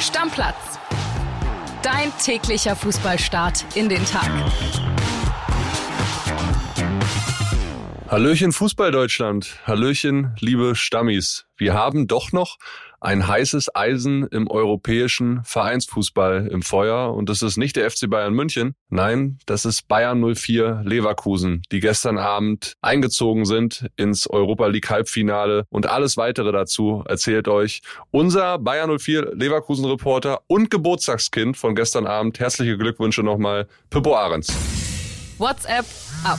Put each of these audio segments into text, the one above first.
Stammplatz. Dein täglicher Fußballstart in den Tag. Hallöchen Fußball-Deutschland, hallöchen liebe Stammis. Wir haben doch noch ein heißes Eisen im europäischen Vereinsfußball im Feuer und das ist nicht der FC Bayern München, nein, das ist Bayern 04 Leverkusen, die gestern Abend eingezogen sind ins Europa League Halbfinale und alles weitere dazu erzählt euch unser Bayern 04 Leverkusen Reporter und Geburtstagskind von gestern Abend. Herzliche Glückwünsche nochmal, Pippo Ahrens. WhatsApp ab.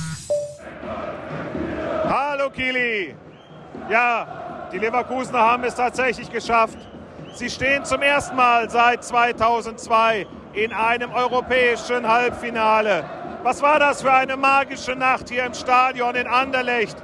Hallo Kili. Ja, die Leverkusener haben es tatsächlich geschafft. Sie stehen zum ersten Mal seit 2002 in einem europäischen Halbfinale. Was war das für eine magische Nacht hier im Stadion in Anderlecht?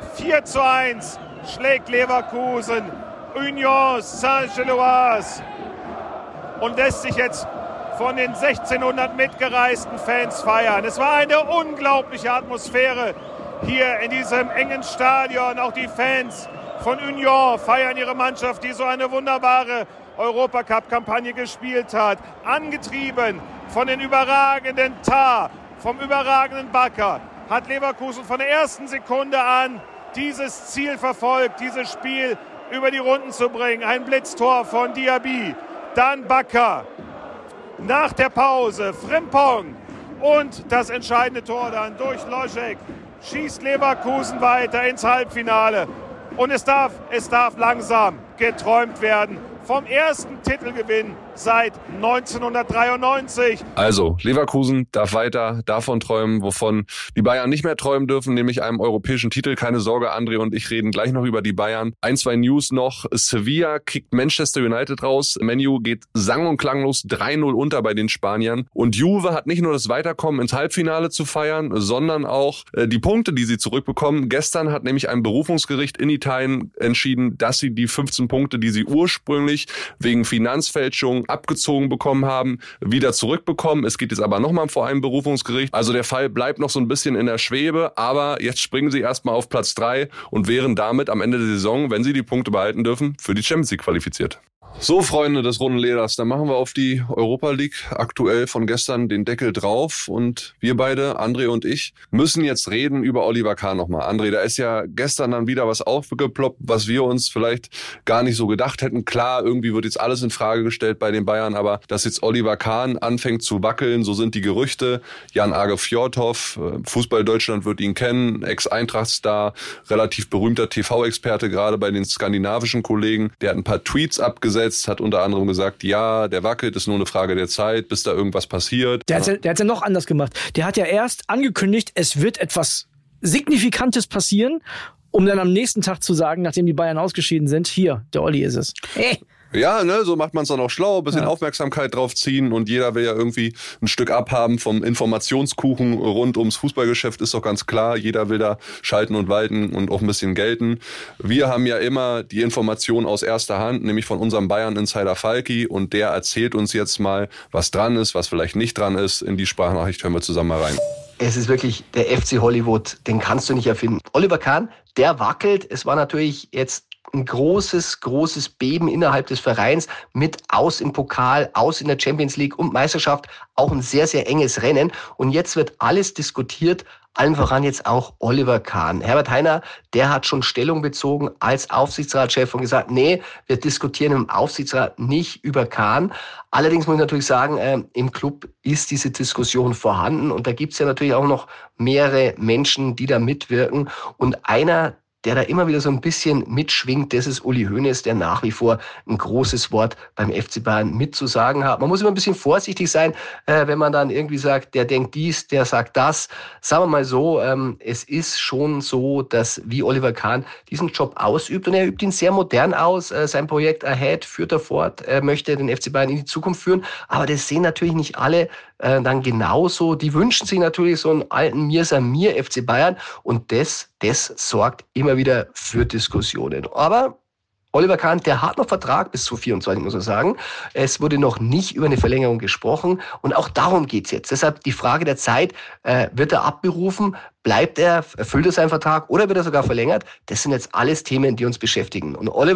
4:1 schlägt Leverkusen Union Saint-Gilloise und lässt sich jetzt von den 1600 mitgereisten Fans feiern. Es war eine unglaubliche Atmosphäre hier in diesem engen Stadion. Auch die Fans von Union feiern ihre Mannschaft, die so eine wunderbare Europacup-Kampagne gespielt hat. Angetrieben von den überragenden Tah, vom überragenden Bakker, hat Leverkusen von der ersten Sekunde an dieses Ziel verfolgt, dieses Spiel über die Runden zu bringen. Ein Blitztor von Diaby, dann Bakker. Nach der Pause Frimpong und das entscheidende Tor dann durch Loschek. Schießt Leverkusen weiter ins Halbfinale. Und es darf langsam geträumt werden vom ersten Titelgewinn seit 1993. Also, Leverkusen darf weiter davon träumen, wovon die Bayern nicht mehr träumen dürfen, nämlich einem europäischen Titel. Keine Sorge, André und ich reden gleich noch über die Bayern. 2 News noch. Sevilla kickt Manchester United raus. Man U geht sang- und klanglos 3-0 unter bei den Spaniern. Und Juve hat nicht nur das Weiterkommen ins Halbfinale zu feiern, sondern auch die Punkte, die sie zurückbekommen. Gestern hat nämlich ein Berufungsgericht in Italien entschieden, dass sie die 15 Punkte, die sie ursprünglich wegen Finanzfälschung abgezogen bekommen haben, wieder zurückbekommen. Es geht jetzt aber nochmal vor einem Berufungsgericht. Also der Fall bleibt noch so ein bisschen in der Schwebe, aber jetzt springen sie erstmal auf Platz 3 und wären damit am Ende der Saison, wenn sie die Punkte behalten dürfen, für die Champions League qualifiziert. So, Freunde des runden Leders, dann machen wir auf die Europa League aktuell von gestern den Deckel drauf und wir beide, André und ich, müssen jetzt reden über Oliver Kahn nochmal. André, da ist ja gestern dann wieder was aufgeploppt, was wir uns vielleicht gar nicht so gedacht hätten. Klar, irgendwie wird jetzt alles in Frage gestellt bei den Bayern, aber dass jetzt Oliver Kahn anfängt zu wackeln, so sind die Gerüchte. Jan-Age Fjordhoff, Fußball Deutschland wird ihn kennen, Ex-Eintracht-Star, relativ berühmter TV-Experte, gerade bei den skandinavischen Kollegen. Der hat ein paar Tweets abgesetzt, hat unter anderem gesagt, ja, der wackelt, ist nur eine Frage der Zeit, bis da irgendwas passiert. Der hat's ja noch anders gemacht. Der hat ja erst angekündigt, es wird etwas Signifikantes passieren, um dann am nächsten Tag zu sagen, nachdem die Bayern ausgeschieden sind, hier, der Olli ist es. Hey. Ja, ne, so macht man es dann auch schlau, ein bisschen Aufmerksamkeit drauf ziehen und jeder will ja irgendwie ein Stück abhaben vom Informationskuchen rund ums Fußballgeschäft, ist doch ganz klar. Jeder will da schalten und walten und auch ein bisschen gelten. Wir haben ja immer die Information aus erster Hand, nämlich von unserem Bayern-Insider Falki und der erzählt uns jetzt mal, was dran ist, was vielleicht nicht dran ist. In die Sprachnachricht hören wir zusammen mal rein. Es ist wirklich der FC Hollywood, den kannst du nicht erfinden. Oliver Kahn, der wackelt. Es war natürlich jetzt ein großes Beben innerhalb des Vereins mit aus im Pokal, aus in der Champions League und Meisterschaft. Auch ein sehr, sehr enges Rennen. Und jetzt wird alles diskutiert, allen voran jetzt auch Oliver Kahn. Herbert Hainer, der hat schon Stellung bezogen als Aufsichtsratschef und gesagt, nee, wir diskutieren im Aufsichtsrat nicht über Kahn. Allerdings muss ich natürlich sagen, im Club ist diese Diskussion vorhanden. Und da gibt's ja natürlich auch noch mehrere Menschen, die da mitwirken. Und einer, der da immer wieder so ein bisschen mitschwingt, das ist Uli Hoeneß, der nach wie vor ein großes Wort beim FC Bayern mitzusagen hat. Man muss immer ein bisschen vorsichtig sein, wenn man dann irgendwie sagt, der denkt dies, der sagt das. Sagen wir mal so, es ist schon so, dass wie Oliver Kahn diesen Job ausübt und er übt ihn sehr modern aus. Sein Projekt Ahead führt er fort, er möchte den FC Bayern in die Zukunft führen, aber das sehen natürlich nicht alle dann genauso. Die wünschen sich natürlich so einen alten Mir-Samir FC Bayern und das sorgt immer wieder für Diskussionen. Aber Oliver Kahn, der hat noch Vertrag bis zu 24, muss man sagen. Es wurde noch nicht über eine Verlängerung gesprochen und auch darum geht's jetzt. Deshalb die Frage der Zeit, wird er abberufen, bleibt er, erfüllt er seinen Vertrag oder wird er sogar verlängert? Das sind jetzt alles Themen, die uns beschäftigen. Und Oliver,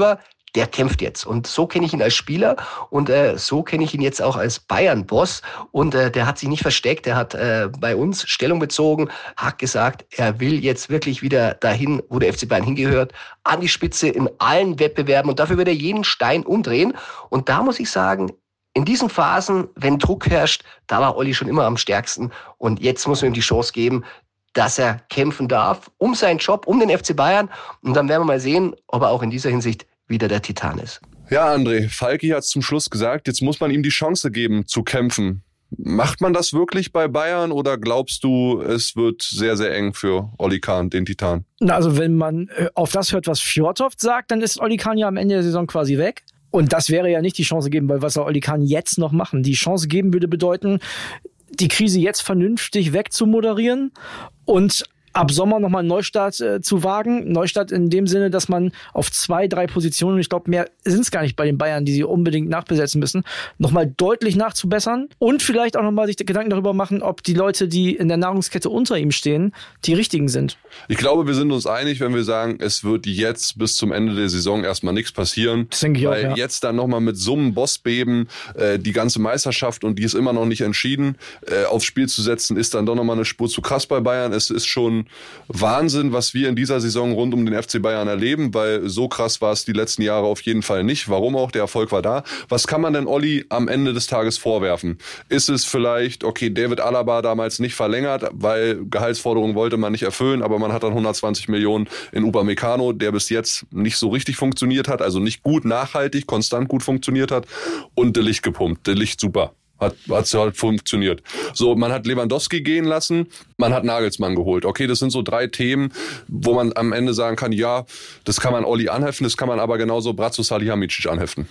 der kämpft jetzt. Und so kenne ich ihn als Spieler und so kenne ich ihn jetzt auch als Bayern-Boss. Und der hat sich nicht versteckt, der hat bei uns Stellung bezogen, hat gesagt, er will jetzt wirklich wieder dahin, wo der FC Bayern hingehört, an die Spitze in allen Wettbewerben. Und dafür wird er jeden Stein umdrehen. Und da muss ich sagen, in diesen Phasen, wenn Druck herrscht, da war Olli schon immer am stärksten. Und jetzt muss man ihm die Chance geben, dass er kämpfen darf um seinen Job, um den FC Bayern. Und dann werden wir mal sehen, ob er auch in dieser Hinsicht wieder der Titan ist. Ja, André, Falki hat es zum Schluss gesagt, jetzt muss man ihm die Chance geben, zu kämpfen. Macht man das wirklich bei Bayern oder glaubst du, es wird sehr, sehr eng für Olli Kahn, den Titan? Na, also wenn man auf das hört, was Fjordhoft sagt, dann ist Olli Kahn ja am Ende der Saison quasi weg. Und das wäre ja nicht die Chance geben, weil was soll Olli Kahn jetzt noch machen? Die Chance geben würde bedeuten, die Krise jetzt vernünftig wegzumoderieren und ab Sommer nochmal einen Neustart zu wagen. Neustart in dem Sinne, dass man auf 2-3 Positionen, ich glaube, mehr sind es gar nicht bei den Bayern, die sie unbedingt nachbesetzen müssen, nochmal deutlich nachzubessern und vielleicht auch nochmal sich Gedanken darüber machen, ob die Leute, die in der Nahrungskette unter ihm stehen, die richtigen sind. Ich glaube, wir sind uns einig, wenn wir sagen, es wird jetzt bis zum Ende der Saison erstmal nichts passieren. Das denke ich auch, weil jetzt dann nochmal mit so einem Bossbeben die ganze Meisterschaft, und die ist immer noch nicht entschieden, aufs Spiel zu setzen, ist dann doch nochmal eine Spur zu krass bei Bayern. Es ist schon Wahnsinn, was wir in dieser Saison rund um den FC Bayern erleben, weil so krass war es die letzten Jahre auf jeden Fall nicht. Warum auch? Der Erfolg war da. Was kann man denn Olli am Ende des Tages vorwerfen? Ist es vielleicht, okay, David Alaba damals nicht verlängert, weil Gehaltsforderungen wollte man nicht erfüllen, aber man hat dann 120 Millionen in Upamecano, der bis jetzt nicht so richtig funktioniert hat, also nicht gut, nachhaltig, konstant gut funktioniert hat, und De Ligt gepumpt. De Ligt super. Hat's halt funktioniert. So, man hat Lewandowski gehen lassen, man hat Nagelsmann geholt. Okay, das sind so 3 Themen, wo man am Ende sagen kann, ja, das kann man Olli anheften, das kann man aber genauso Bratzo Salihamidzic anheften.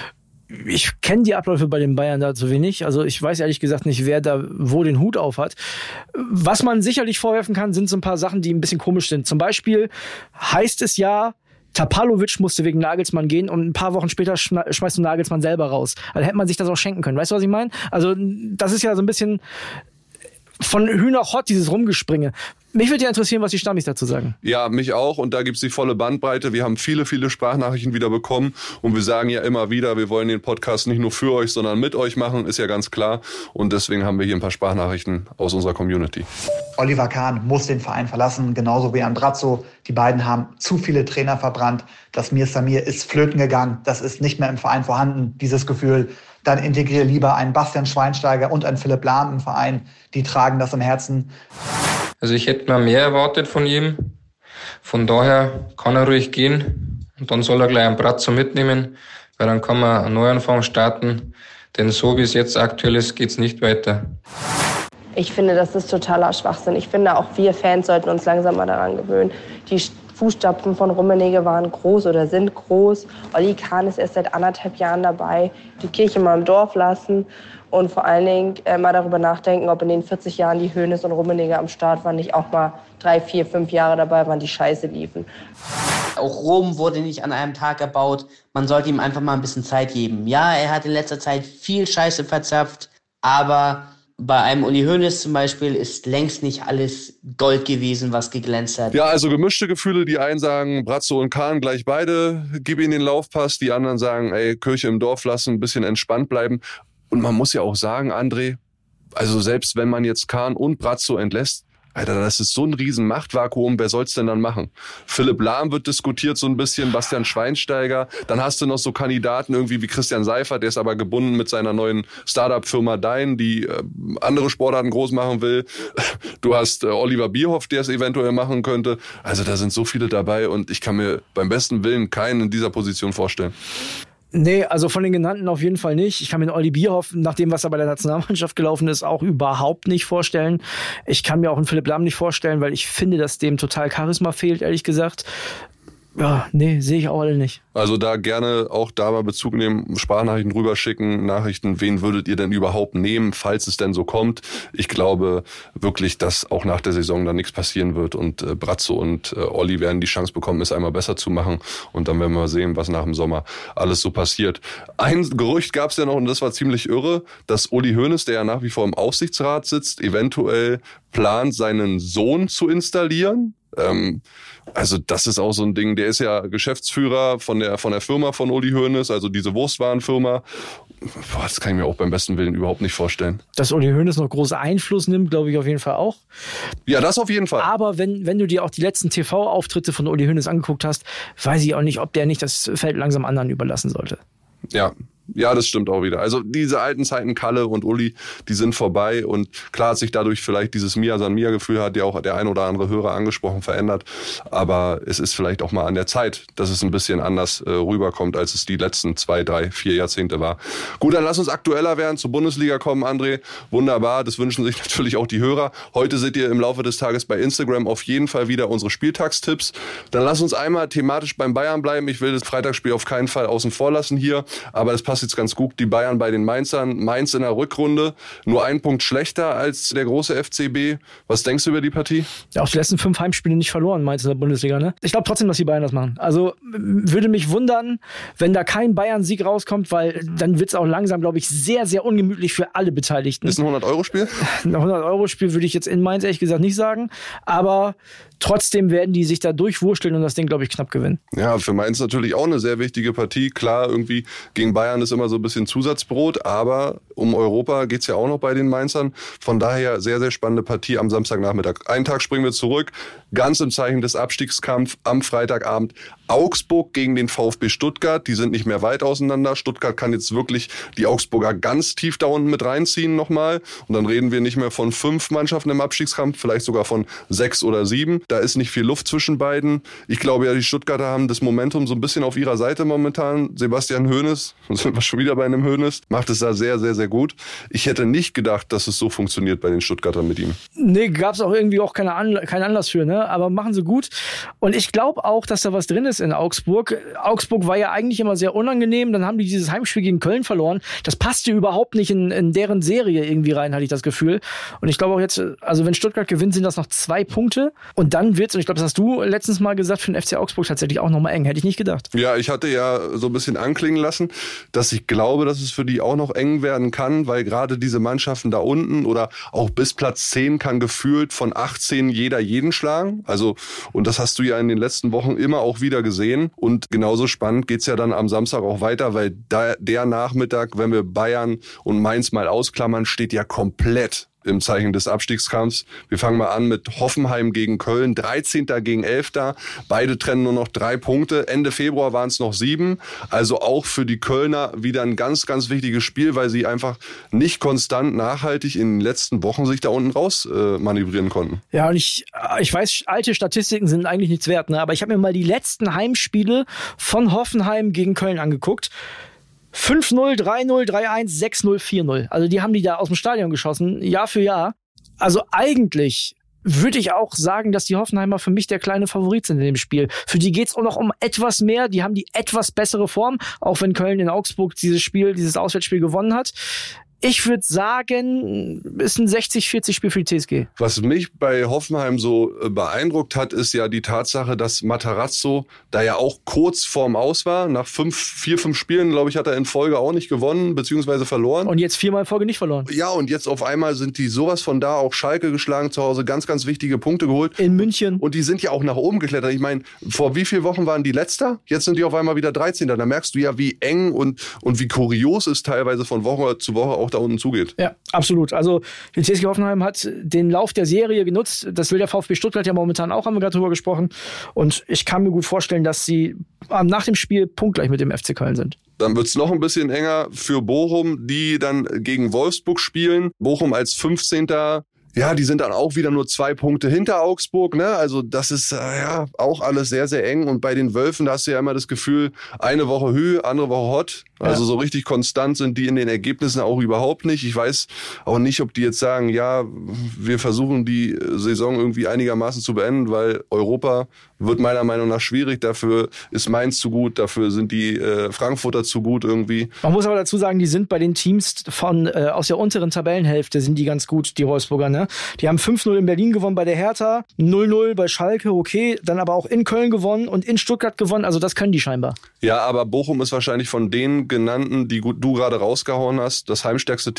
Ich kenne die Abläufe bei den Bayern da zu wenig. Also ich weiß ehrlich gesagt nicht, wer da wo den Hut auf hat. Was man sicherlich vorwerfen kann, sind so ein paar Sachen, die ein bisschen komisch sind. Zum Beispiel heißt es ja, Tapalovic musste wegen Nagelsmann gehen und ein paar Wochen später schmeißt du Nagelsmann selber raus. Also hätte man sich das auch schenken können. Weißt du, was ich meine? Also das ist ja so ein bisschen von Hühnerhott, dieses Rumgespringe. Mich würde ja interessieren, was die Stammis dazu sagen. Ja, mich auch. Und da gibt's die volle Bandbreite. Wir haben viele, viele Sprachnachrichten wieder bekommen. Und wir sagen ja immer wieder, wir wollen den Podcast nicht nur für euch, sondern mit euch machen. Ist ja ganz klar. Und deswegen haben wir hier ein paar Sprachnachrichten aus unserer Community. Oliver Kahn muss den Verein verlassen, genauso wie Bratzo. Die beiden haben zu viele Trainer verbrannt. Das Mir Samir ist flöten gegangen. Das ist nicht mehr im Verein vorhanden, dieses Gefühl. Dann integriere lieber einen Bastian Schweinsteiger und einen Philipp Lahm im Verein. Die tragen das im Herzen. Also ich hätte mal mehr erwartet von ihm. Von daher kann er ruhig gehen. Und dann soll er gleich einen Bratzo mitnehmen, weil dann kann man einen Neuanfang starten. Denn so wie es jetzt aktuell ist, geht's nicht weiter. Ich finde, das ist totaler Schwachsinn. Ich finde, auch wir Fans sollten uns langsam mal daran gewöhnen. Die Fußstapfen von Rummenigge waren groß oder sind groß. Olli Kahn ist erst seit 1,5 Jahren dabei. Die Kirche mal im Dorf lassen und vor allen Dingen mal darüber nachdenken, ob in den 40 Jahren, die Hoeneß und Rummenigge am Start waren, nicht auch mal 3, 4, 5 Jahre dabei waren, die scheiße liefen. Auch Rom wurde nicht an einem Tag erbaut. Man sollte ihm einfach mal ein bisschen Zeit geben. Ja, er hat in letzter Zeit viel Scheiße verzapft, aber bei einem Uli Hoeneß zum Beispiel ist längst nicht alles Gold gewesen, was geglänzt hat. Ja, also gemischte Gefühle. Die einen sagen, Bratzo und Kahn gleich beide, gib ihnen den Laufpass. Die anderen sagen, ey, Kirche im Dorf lassen, ein bisschen entspannt bleiben. Und man muss ja auch sagen, André, also selbst wenn man jetzt Kahn und Bratzo entlässt, Alter, das ist so ein riesen Machtvakuum, wer soll's denn dann machen? Philipp Lahm wird diskutiert so ein bisschen, Bastian Schweinsteiger. Dann hast du noch so Kandidaten irgendwie wie Christian Seifert, der ist aber gebunden mit seiner neuen Startup-Firma Dein, die andere Sportarten groß machen will. Du hast Oliver Bierhoff, der es eventuell machen könnte. Also da sind so viele dabei und ich kann mir beim besten Willen keinen in dieser Position vorstellen. Nee, also von den genannten auf jeden Fall nicht. Ich kann mir den Olli Bierhoff, nach dem, was da bei der Nationalmannschaft gelaufen ist, auch überhaupt nicht vorstellen. Ich kann mir auch einen Philipp Lahm nicht vorstellen, weil ich finde, dass dem total Charisma fehlt, ehrlich gesagt. Ja, nee, sehe ich auch alle nicht. Also da gerne auch da mal Bezug nehmen, Sprachnachrichten rüberschicken, Nachrichten, wen würdet ihr denn überhaupt nehmen, falls es denn so kommt. Ich glaube wirklich, dass auch nach der Saison da nichts passieren wird und Bratzo und Olli werden die Chance bekommen, es einmal besser zu machen und dann werden wir mal sehen, was nach dem Sommer alles so passiert. Ein Gerücht gab es ja noch und das war ziemlich irre, dass Uli Hoeneß, der ja nach wie vor im Aufsichtsrat sitzt, eventuell plant, seinen Sohn zu installieren. Also das ist auch so ein Ding, der ist ja Geschäftsführer von der Firma von Uli Hoeneß, also diese Wurstwarenfirma. Boah, das kann ich mir auch beim besten Willen überhaupt nicht vorstellen. Dass Uli Hoeneß noch großen Einfluss nimmt, glaube ich auf jeden Fall auch. Ja, das auf jeden Fall. Aber wenn du dir auch die letzten TV-Auftritte von Uli Hoeneß angeguckt hast, weiß ich auch nicht, ob der nicht das Feld langsam anderen überlassen sollte. Ja, das stimmt auch wieder. Also diese alten Zeiten, Kalle und Uli, die sind vorbei und klar hat sich dadurch vielleicht dieses Mia San Mia-Gefühl, hat ja auch der ein oder andere Hörer angesprochen, verändert. Aber es ist vielleicht auch mal an der Zeit, dass es ein bisschen anders rüberkommt, als es die letzten 2, 3, 4 Jahrzehnte war. Gut, dann lass uns aktueller werden, zur Bundesliga kommen, André. Wunderbar, das wünschen sich natürlich auch die Hörer. Heute seht ihr im Laufe des Tages bei Instagram auf jeden Fall wieder unsere Spieltagstipps. Dann lass uns einmal thematisch beim Bayern bleiben. Ich will das Freitagsspiel auf keinen Fall außen vor lassen hier, aber das passt jetzt ganz gut. Die Bayern bei den Mainzern. Mainz in der Rückrunde. Nur 1 Punkt schlechter als der große FCB. Was denkst du über die Partie? Ja, auch die letzten 5 Heimspiele nicht verloren, Mainz in der Bundesliga, ne? Ich glaube trotzdem, dass die Bayern das machen. Also würde mich wundern, wenn da kein Bayern-Sieg rauskommt, weil dann wird es auch langsam, glaube ich, sehr, sehr ungemütlich für alle Beteiligten. Ist ein 100-Euro-Spiel? Ein 100-Euro-Spiel würde ich jetzt in Mainz ehrlich gesagt nicht sagen. Aber trotzdem werden die sich da durchwursteln und das Ding, glaube ich, knapp gewinnen. Ja, für Mainz natürlich auch eine sehr wichtige Partie. Klar, irgendwie gegen Bayern ist immer so ein bisschen Zusatzbrot, aber um Europa geht's ja auch noch bei den Mainzern. Von daher sehr, sehr spannende Partie am Samstagnachmittag. Einen Tag springen wir zurück, ganz im Zeichen des Abstiegskampfs am Freitagabend. Augsburg gegen den VfB Stuttgart. Die sind nicht mehr weit auseinander. Stuttgart kann jetzt wirklich die Augsburger ganz tief da unten mit reinziehen nochmal. Und dann reden wir nicht mehr von 5 Mannschaften im Abstiegskampf, vielleicht sogar von 6 oder 7. Da ist nicht viel Luft zwischen beiden. Ich glaube ja, die Stuttgarter haben das Momentum so ein bisschen auf ihrer Seite momentan. Sebastian Hoeneß, sind wir schon wieder bei einem Hoeneß, macht es da sehr, sehr, sehr gut. Ich hätte nicht gedacht, dass es so funktioniert bei den Stuttgartern mit ihm. Nee, gab es auch irgendwie auch keinen Anlass für, ne? Aber machen sie gut. Und ich glaube auch, dass da was drin ist in Augsburg. Augsburg war ja eigentlich immer sehr unangenehm. Dann haben die dieses Heimspiel gegen Köln verloren. Das passte überhaupt nicht in deren Serie irgendwie rein, hatte ich das Gefühl. Und ich glaube auch jetzt, also wenn Stuttgart gewinnt, sind das noch 2 Punkte. Und dann wird's, und ich glaube, das hast du letztens mal gesagt, für den FC Augsburg tatsächlich auch nochmal eng. Hätte ich nicht gedacht. Ja, ich hatte ja so ein bisschen anklingen lassen, dass ich glaube, dass es für die auch noch eng werden kann, weil gerade diese Mannschaften da unten oder auch bis Platz 10 kann gefühlt von 18 jeder jeden schlagen. Also, und das hast du ja in den letzten Wochen immer auch wieder gesehen. Und genauso spannend geht's ja dann am Samstag auch weiter, weil der Nachmittag, wenn wir Bayern und Mainz mal ausklammern, steht ja komplett im Zeichen des Abstiegskampfs. Wir fangen mal an mit Hoffenheim gegen Köln, 13. gegen 11. Beide trennen nur noch 3 Punkte. Ende Februar waren es noch 7. Also auch für die Kölner wieder ein ganz, ganz wichtiges Spiel, weil sie einfach nicht konstant nachhaltig in den letzten Wochen sich da unten raus manövrieren konnten. Ja, und ich weiß, alte Statistiken sind eigentlich nichts wert, ne? Aber ich habe mir mal die letzten Heimspiele von Hoffenheim gegen Köln angeguckt. 5-0, 3-0, 3-1, 6-0, 4-0. Also die haben die da aus dem Stadion geschossen, Jahr für Jahr. Also eigentlich würde ich auch sagen, dass die Hoffenheimer für mich der kleine Favorit sind in dem Spiel. Für die geht's auch noch um etwas mehr. Die haben die etwas bessere Form, auch wenn Köln in Augsburg dieses Auswärtsspiel gewonnen hat. Ich würde sagen, ist ein 60-40 Spiel für die TSG. Was mich bei Hoffenheim so beeindruckt hat, ist ja die Tatsache, dass Matarazzo da ja auch kurz vorm Aus war. Nach 4, 5 Spielen, glaube ich, hat er in Folge auch nicht gewonnen, beziehungsweise verloren. Und jetzt 4-mal in Folge nicht verloren. Ja, und jetzt auf einmal sind die sowas von da, auch Schalke geschlagen zu Hause, ganz, ganz wichtige Punkte geholt. In München. Und die sind ja auch nach oben geklettert. Ich meine, vor wie vielen Wochen waren die Letzter? Jetzt sind die auf einmal wieder 13. Da merkst du ja, wie eng und wie kurios es teilweise von Woche zu Woche auch da unten zugeht. Ja, absolut. Also die TSG Hoffenheim hat den Lauf der Serie genutzt. Das will der VfB Stuttgart ja momentan auch, haben wir gerade drüber gesprochen. Und ich kann mir gut vorstellen, dass sie nach dem Spiel punktgleich mit dem FC Köln sind. Dann wird's noch ein bisschen enger für Bochum, die dann gegen Wolfsburg spielen. Bochum als 15. Ja, die sind dann auch wieder nur 2 Punkte hinter Augsburg, ne? Also das ist ja auch alles sehr, sehr eng. Und bei den Wölfen, da hast du ja immer das Gefühl, eine Woche Hü, andere Woche Hot. Also so richtig konstant sind die in den Ergebnissen auch überhaupt nicht. Ich weiß auch nicht, ob die jetzt sagen, ja, wir versuchen die Saison irgendwie einigermaßen zu beenden, weil Europa wird meiner Meinung nach schwierig. Dafür ist Mainz zu gut, dafür sind die Frankfurter zu gut irgendwie. Man muss aber dazu sagen, die sind bei den Teams aus der unteren Tabellenhälfte sind die ganz gut, die Wolfsburger, ne? Die haben 5-0 in Berlin gewonnen bei der Hertha, 0-0 bei Schalke, okay, dann aber auch in Köln gewonnen und in Stuttgart gewonnen, also das können die scheinbar. Ja, aber Bochum ist wahrscheinlich von denen genannten, die du gerade rausgehauen hast, das heimstärkste Team.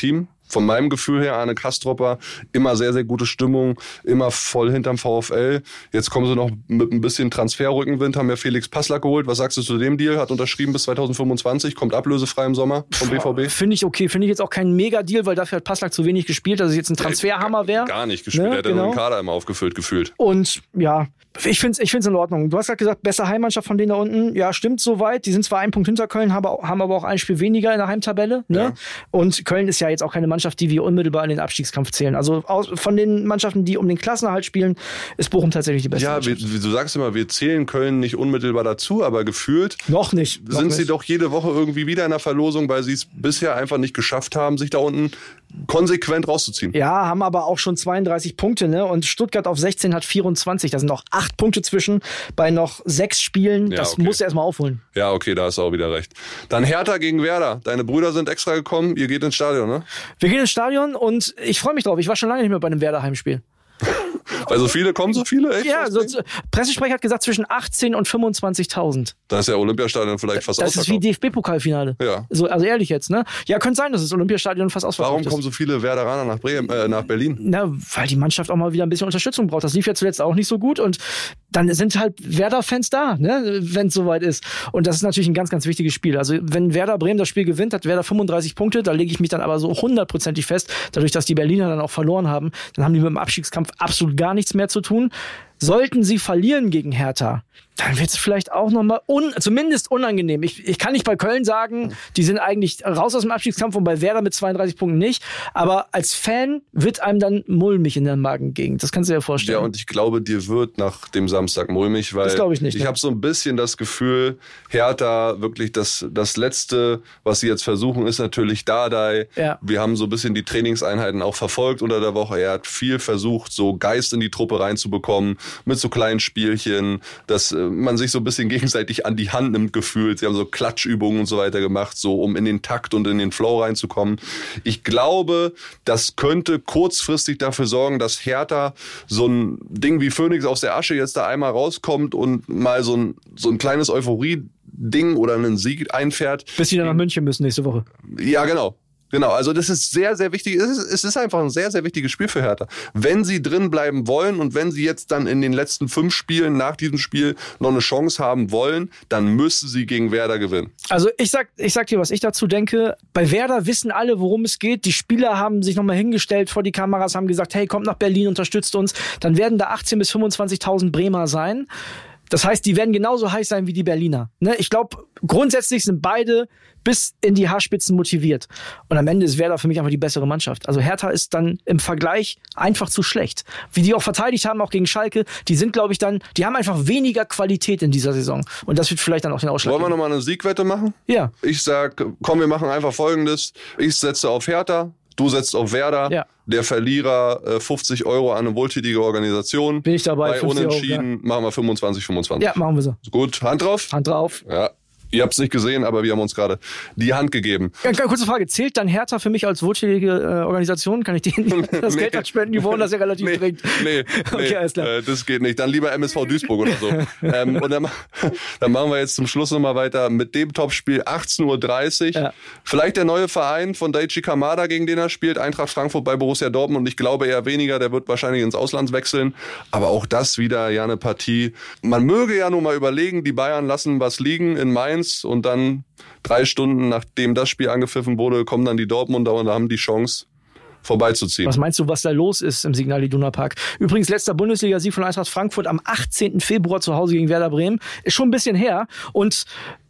von meinem Gefühl her, Arne Kastropper, immer sehr, sehr gute Stimmung, immer voll hinterm VfL. Jetzt kommen sie noch mit ein bisschen Transferrückenwind, haben ja Felix Passlack geholt. Was sagst du zu dem Deal? Hat unterschrieben bis 2025, kommt ablösefrei im Sommer vom BVB. Finde ich okay. Finde ich jetzt auch kein Mega-Deal, weil dafür hat Passlack zu wenig gespielt, dass es jetzt ein Transferhammer wäre. Gar nicht gespielt. Ne? Er hat ja nur den Kader immer aufgefüllt gefühlt. Und ja, ich finde es in Ordnung. Du hast gerade gesagt, bessere Heimmannschaft von denen da unten. Ja, stimmt soweit. Die sind zwar einen Punkt hinter Köln, haben aber auch ein Spiel weniger in der Heimtabelle. Ne? Ja. Und Köln ist ja jetzt auch keine Mannschaft, die wir unmittelbar in den Abstiegskampf zählen. Also von den Mannschaften, die um den Klassenerhalt spielen, ist Bochum tatsächlich die beste Mannschaft. Ja, du sagst immer, wir zählen Köln nicht unmittelbar dazu, aber gefühlt noch nicht. Sie doch jede Woche irgendwie wieder in der Verlosung, weil sie es bisher einfach nicht geschafft haben, sich da unten konsequent rauszuziehen. Ja, haben aber auch schon 32 Punkte, ne? Und Stuttgart auf 16 hat 24. Da sind noch 8 Punkte zwischen bei noch 6 Spielen. Ja, das okay. musst du erstmal aufholen. Ja, okay, da hast du auch wieder recht. Dann Hertha gegen Werder. Deine Brüder sind extra gekommen. Ihr geht ins Stadion, ne? Wir gehen ins Stadion und ich freue mich drauf. Ich war schon lange nicht mehr bei einem Werder-Heimspiel. Weil so viele kommen, so viele? Echt? Ja, Pressesprecher hat gesagt zwischen 18 und 25.000. Da ist ja Olympiastadion vielleicht fast ausverkauft. Das ist wie DFB-Pokalfinale. Ja. So, also ehrlich jetzt, ne? Ja, könnte sein, dass das Olympiastadion fast ausverkauft ist. Warum kommen so viele Werderaner nach Berlin? Na, weil die Mannschaft auch mal wieder ein bisschen Unterstützung braucht. Das lief ja zuletzt auch nicht so gut und dann sind halt Werder-Fans da, ne? Wenn es soweit ist. Und das ist natürlich ein ganz, ganz wichtiges Spiel. Also wenn Werder Bremen das Spiel gewinnt, hat Werder 35 Punkte. Da lege ich mich dann aber so 100%ig fest. Dadurch, dass die Berliner dann auch verloren haben, dann haben die mit dem Abstiegskampf absolut gar nichts mehr zu tun. Sollten sie verlieren gegen Hertha, dann wird es vielleicht auch nochmal zumindest unangenehm. Ich kann nicht bei Köln sagen, die sind eigentlich raus aus dem Abstiegskampf und bei Werder mit 32 Punkten nicht. Aber als Fan wird einem dann mulmig in der Magengegend. Das kannst du dir vorstellen. Ja, und ich glaube, dir wird nach dem Samstag mulmig, weil das glaube ich nicht. Ich habe so ein bisschen das Gefühl, Hertha wirklich das Letzte, was sie jetzt versuchen, ist natürlich Dardai. Ja. Wir haben so ein bisschen die Trainingseinheiten auch verfolgt unter der Woche. Er hat viel versucht, so Geist in die Truppe reinzubekommen, mit so kleinen Spielchen, dass man sich so ein bisschen gegenseitig an die Hand nimmt gefühlt. Sie haben so Klatschübungen und so weiter gemacht, so um in den Takt und in den Flow reinzukommen. Ich glaube, das könnte kurzfristig dafür sorgen, dass Hertha so ein Ding wie Phönix aus der Asche jetzt da einmal rauskommt und mal so ein kleines Euphorie-Ding oder einen Sieg einfährt. Bis sie dann nach München müssen nächste Woche. Ja, genau. Genau, also das ist sehr, sehr wichtig. Es ist einfach ein sehr, sehr wichtiges Spiel für Hertha. Wenn sie drin bleiben wollen und wenn sie jetzt dann in den letzten 5 Spielen nach diesem Spiel noch eine Chance haben wollen, dann müssen sie gegen Werder gewinnen. Also ich sag dir, was ich dazu denke. Bei Werder wissen alle, worum es geht. Die Spieler haben sich nochmal hingestellt vor die Kameras, haben gesagt, hey, kommt nach Berlin, unterstützt uns. Dann werden da 18.000 bis 25.000 Bremer sein. Das heißt, die werden genauso heiß sein wie die Berliner. Ne? Ich glaube, grundsätzlich sind beide bis in die Haarspitzen motiviert. Und am Ende ist Werder für mich einfach die bessere Mannschaft. Also Hertha ist dann im Vergleich einfach zu schlecht. Wie die auch verteidigt haben, auch gegen Schalke, die sind, glaube ich, die haben einfach weniger Qualität in dieser Saison. Und das wird vielleicht dann auch den Ausschlag geben. Wollen wir nochmal eine Siegwette machen? Ja. Ich sag, komm, wir machen einfach Folgendes. Ich setze auf Hertha. Du setzt auf Werder, ja. Der Verlierer 50 € an eine wohltätige Organisation. Bin ich dabei. Bei Unentschieden machen wir 25. Ja, machen wir so. Gut, Hand drauf? Hand drauf. Ja. Ihr habt es nicht gesehen, aber wir haben uns gerade die Hand gegeben. Ja, kurze Frage. Zählt dann Hertha für mich als wohltätige Organisation? Kann ich denen das Geld dann spenden? Die wollen das ja relativ dringend. Nee, okay, alles klar. Das geht nicht. Dann lieber MSV Duisburg oder so. Und dann machen wir jetzt zum Schluss nochmal weiter mit dem Topspiel 18.30 Uhr. Ja. Vielleicht der neue Verein von Daichi Kamada, gegen den er spielt. Eintracht Frankfurt bei Borussia Dortmund. Und ich glaube eher weniger. Der wird wahrscheinlich ins Ausland wechseln. Aber auch das wieder ja eine Partie. Man möge ja nur mal überlegen, die Bayern lassen was liegen in Mainz. Und dann 3 Stunden, nachdem das Spiel angepfiffen wurde, kommen dann die Dortmunder und haben die Chance, vorbeizuziehen. Was meinst du, was da los ist im Signal Iduna Park? Übrigens, letzter Bundesliga-Sieg von Eintracht Frankfurt am 18. Februar zu Hause gegen Werder Bremen. Ist schon ein bisschen her. Und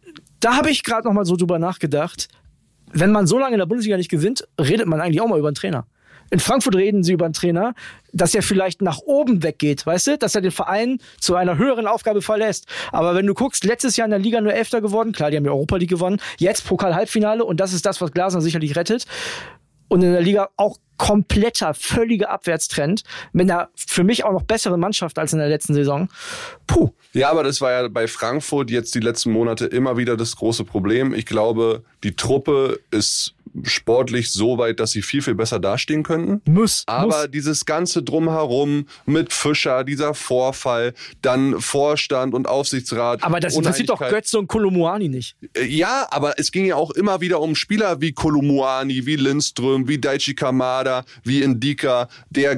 da habe ich gerade noch mal so drüber nachgedacht, wenn man so lange in der Bundesliga nicht gewinnt, redet man eigentlich auch mal über einen Trainer. In Frankfurt reden sie über einen Trainer, dass er vielleicht nach oben weggeht, weißt du? Dass er den Verein zu einer höheren Aufgabe verlässt. Aber wenn du guckst, letztes Jahr in der Liga nur 11. geworden, klar, die haben die Europa League gewonnen, jetzt Pokal-Halbfinale und das ist das, was Glasner sicherlich rettet. Und in der Liga auch kompletter, völliger Abwärtstrend mit einer für mich auch noch besseren Mannschaft als in der letzten Saison. Puh. Ja, aber das war ja bei Frankfurt jetzt die letzten Monate immer wieder das große Problem. Ich glaube, die Truppe ist sportlich so weit, dass sie viel, viel besser dastehen könnten. Aber dieses ganze Drumherum mit Fischer, dieser Vorfall, dann Vorstand und Aufsichtsrat. Aber das interessiert doch Götze und Kolomuani nicht. Ja, aber es ging ja auch immer wieder um Spieler wie Kolomuani, wie Lindström, wie Daichi Kamada, wie Ndika. Der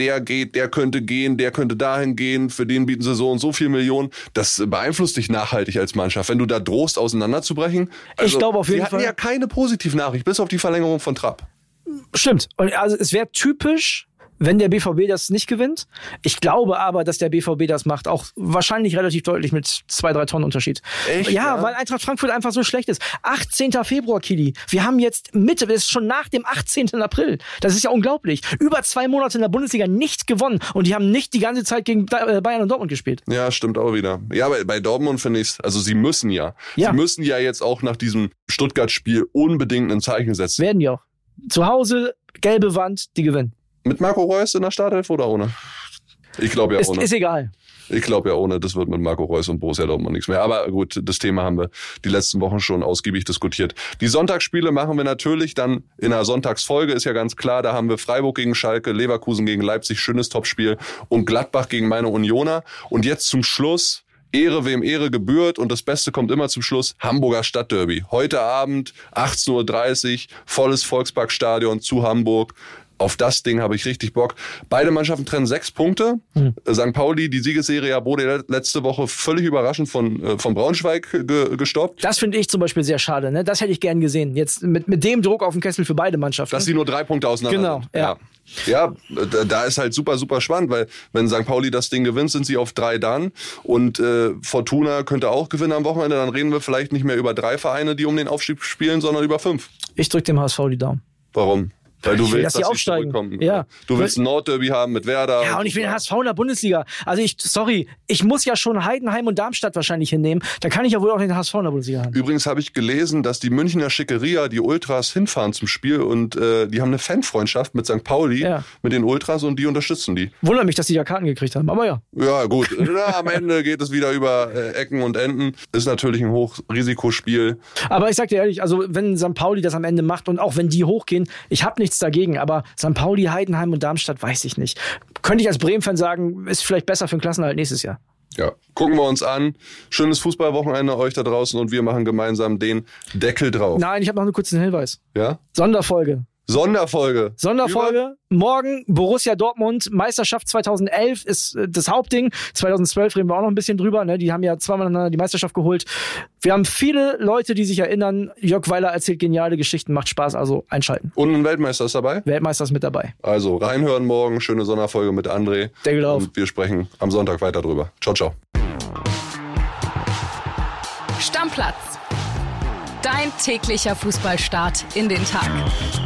könnte gehen, der könnte dahin gehen, für den bieten sie so und so viel Millionen. Das beeinflusst dich nachhaltig als Mannschaft, wenn du da drohst, auseinanderzubrechen. Also, ich glaube auf jeden Fall. Sie hatten ja keine Positivnachricht, bis auf die Verlängerung von Trapp. Stimmt. Und also es wäre typisch, wenn der BVB das nicht gewinnt. Ich glaube aber, dass der BVB das macht, auch wahrscheinlich relativ deutlich mit 2-3 Tonnen Unterschied. Echt? Ja, weil Eintracht Frankfurt einfach so schlecht ist. 18. Februar, Kili. Wir haben jetzt Mitte, das ist schon nach dem 18. April. Das ist ja unglaublich. Über 2 Monate in der Bundesliga nicht gewonnen und die haben nicht die ganze Zeit gegen Bayern und Dortmund gespielt. Ja, stimmt auch wieder. Ja, bei Dortmund finde ich es, also sie müssen ja jetzt auch nach diesem Stuttgart-Spiel unbedingt ein Zeichen setzen. Werden die auch. Zu Hause, gelbe Wand, die gewinnen. Mit Marco Reus in der Startelf oder ohne? Ich glaube ja ohne. Ist egal. Ich glaube ja ohne. Das wird mit Marco Reus und Borussia Dortmund nichts mehr. Aber gut, das Thema haben wir die letzten Wochen schon ausgiebig diskutiert. Die Sonntagsspiele machen wir natürlich dann in der Sonntagsfolge, ist ja ganz klar. Da haben wir Freiburg gegen Schalke, Leverkusen gegen Leipzig, schönes Topspiel und Gladbach gegen meine Unioner. Und jetzt zum Schluss, Ehre wem Ehre gebührt und das Beste kommt immer zum Schluss, Hamburger Stadtderby. Heute Abend, 18:30 Uhr, volles Volksparkstadion zu Hamburg. Auf das Ding habe ich richtig Bock. Beide Mannschaften trennen 6 Punkte. St. Pauli, die Siegesserie wurde letzte Woche völlig überraschend von Braunschweig gestoppt. Das finde ich zum Beispiel sehr schade. Ne? Das hätte ich gern gesehen. Jetzt mit dem Druck auf den Kessel für beide Mannschaften. Dass sie nur 3 Punkte auseinander sind. Genau, ja. Da ist halt super, super spannend, weil wenn St. Pauli das Ding gewinnt, sind sie auf 3 dann und Fortuna könnte auch gewinnen am Wochenende. Dann reden wir vielleicht nicht mehr über 3 Vereine, die um den Aufstieg spielen, sondern über 5. Ich drücke dem HSV die Daumen. Warum? Weil du willst, dass sie aufsteigen. Ja. Du willst ein Nordderby haben mit Werder. Ja, und ich will den HSV in der Bundesliga. Also ich muss ja schon Heidenheim und Darmstadt wahrscheinlich hinnehmen. Da kann ich ja wohl auch den HSV in der Bundesliga haben. Übrigens habe ich gelesen, dass die Münchner Schickeria, die Ultras, hinfahren zum Spiel und die haben eine Fanfreundschaft mit St. Pauli, mit den Ultras und die unterstützen die. Wundert mich, dass die da Karten gekriegt haben, aber ja. Ja, gut. Am Ende geht es wieder über Ecken und Enden. Ist natürlich ein Hochrisikospiel. Aber ich sag dir ehrlich, also wenn St. Pauli das am Ende macht und auch wenn die hochgehen, ich habe nichts dagegen, aber St. Pauli, Heidenheim und Darmstadt weiß ich nicht. Könnte ich als Bremen-Fan sagen, ist vielleicht besser für den Klassenerhalt nächstes Jahr. Ja, gucken wir uns an. Schönes Fußballwochenende euch da draußen und wir machen gemeinsam den Deckel drauf. Nein, ich habe noch einen kurzen Hinweis. Ja? Sonderfolge. Über? Morgen Borussia Dortmund, Meisterschaft 2011 ist das Hauptding. 2012 reden wir auch noch ein bisschen drüber. Ne? Die haben ja zweimal miteinander die Meisterschaft geholt. Wir haben viele Leute, die sich erinnern. Jörg Weiler erzählt geniale Geschichten, macht Spaß, also einschalten. Und ein Weltmeister ist dabei? Weltmeister ist mit dabei. Also reinhören morgen, schöne Sonderfolge mit André. Deckel auf. Und wir sprechen am Sonntag weiter drüber. Ciao, ciao. Stammplatz. Dein täglicher Fußballstart in den Tag.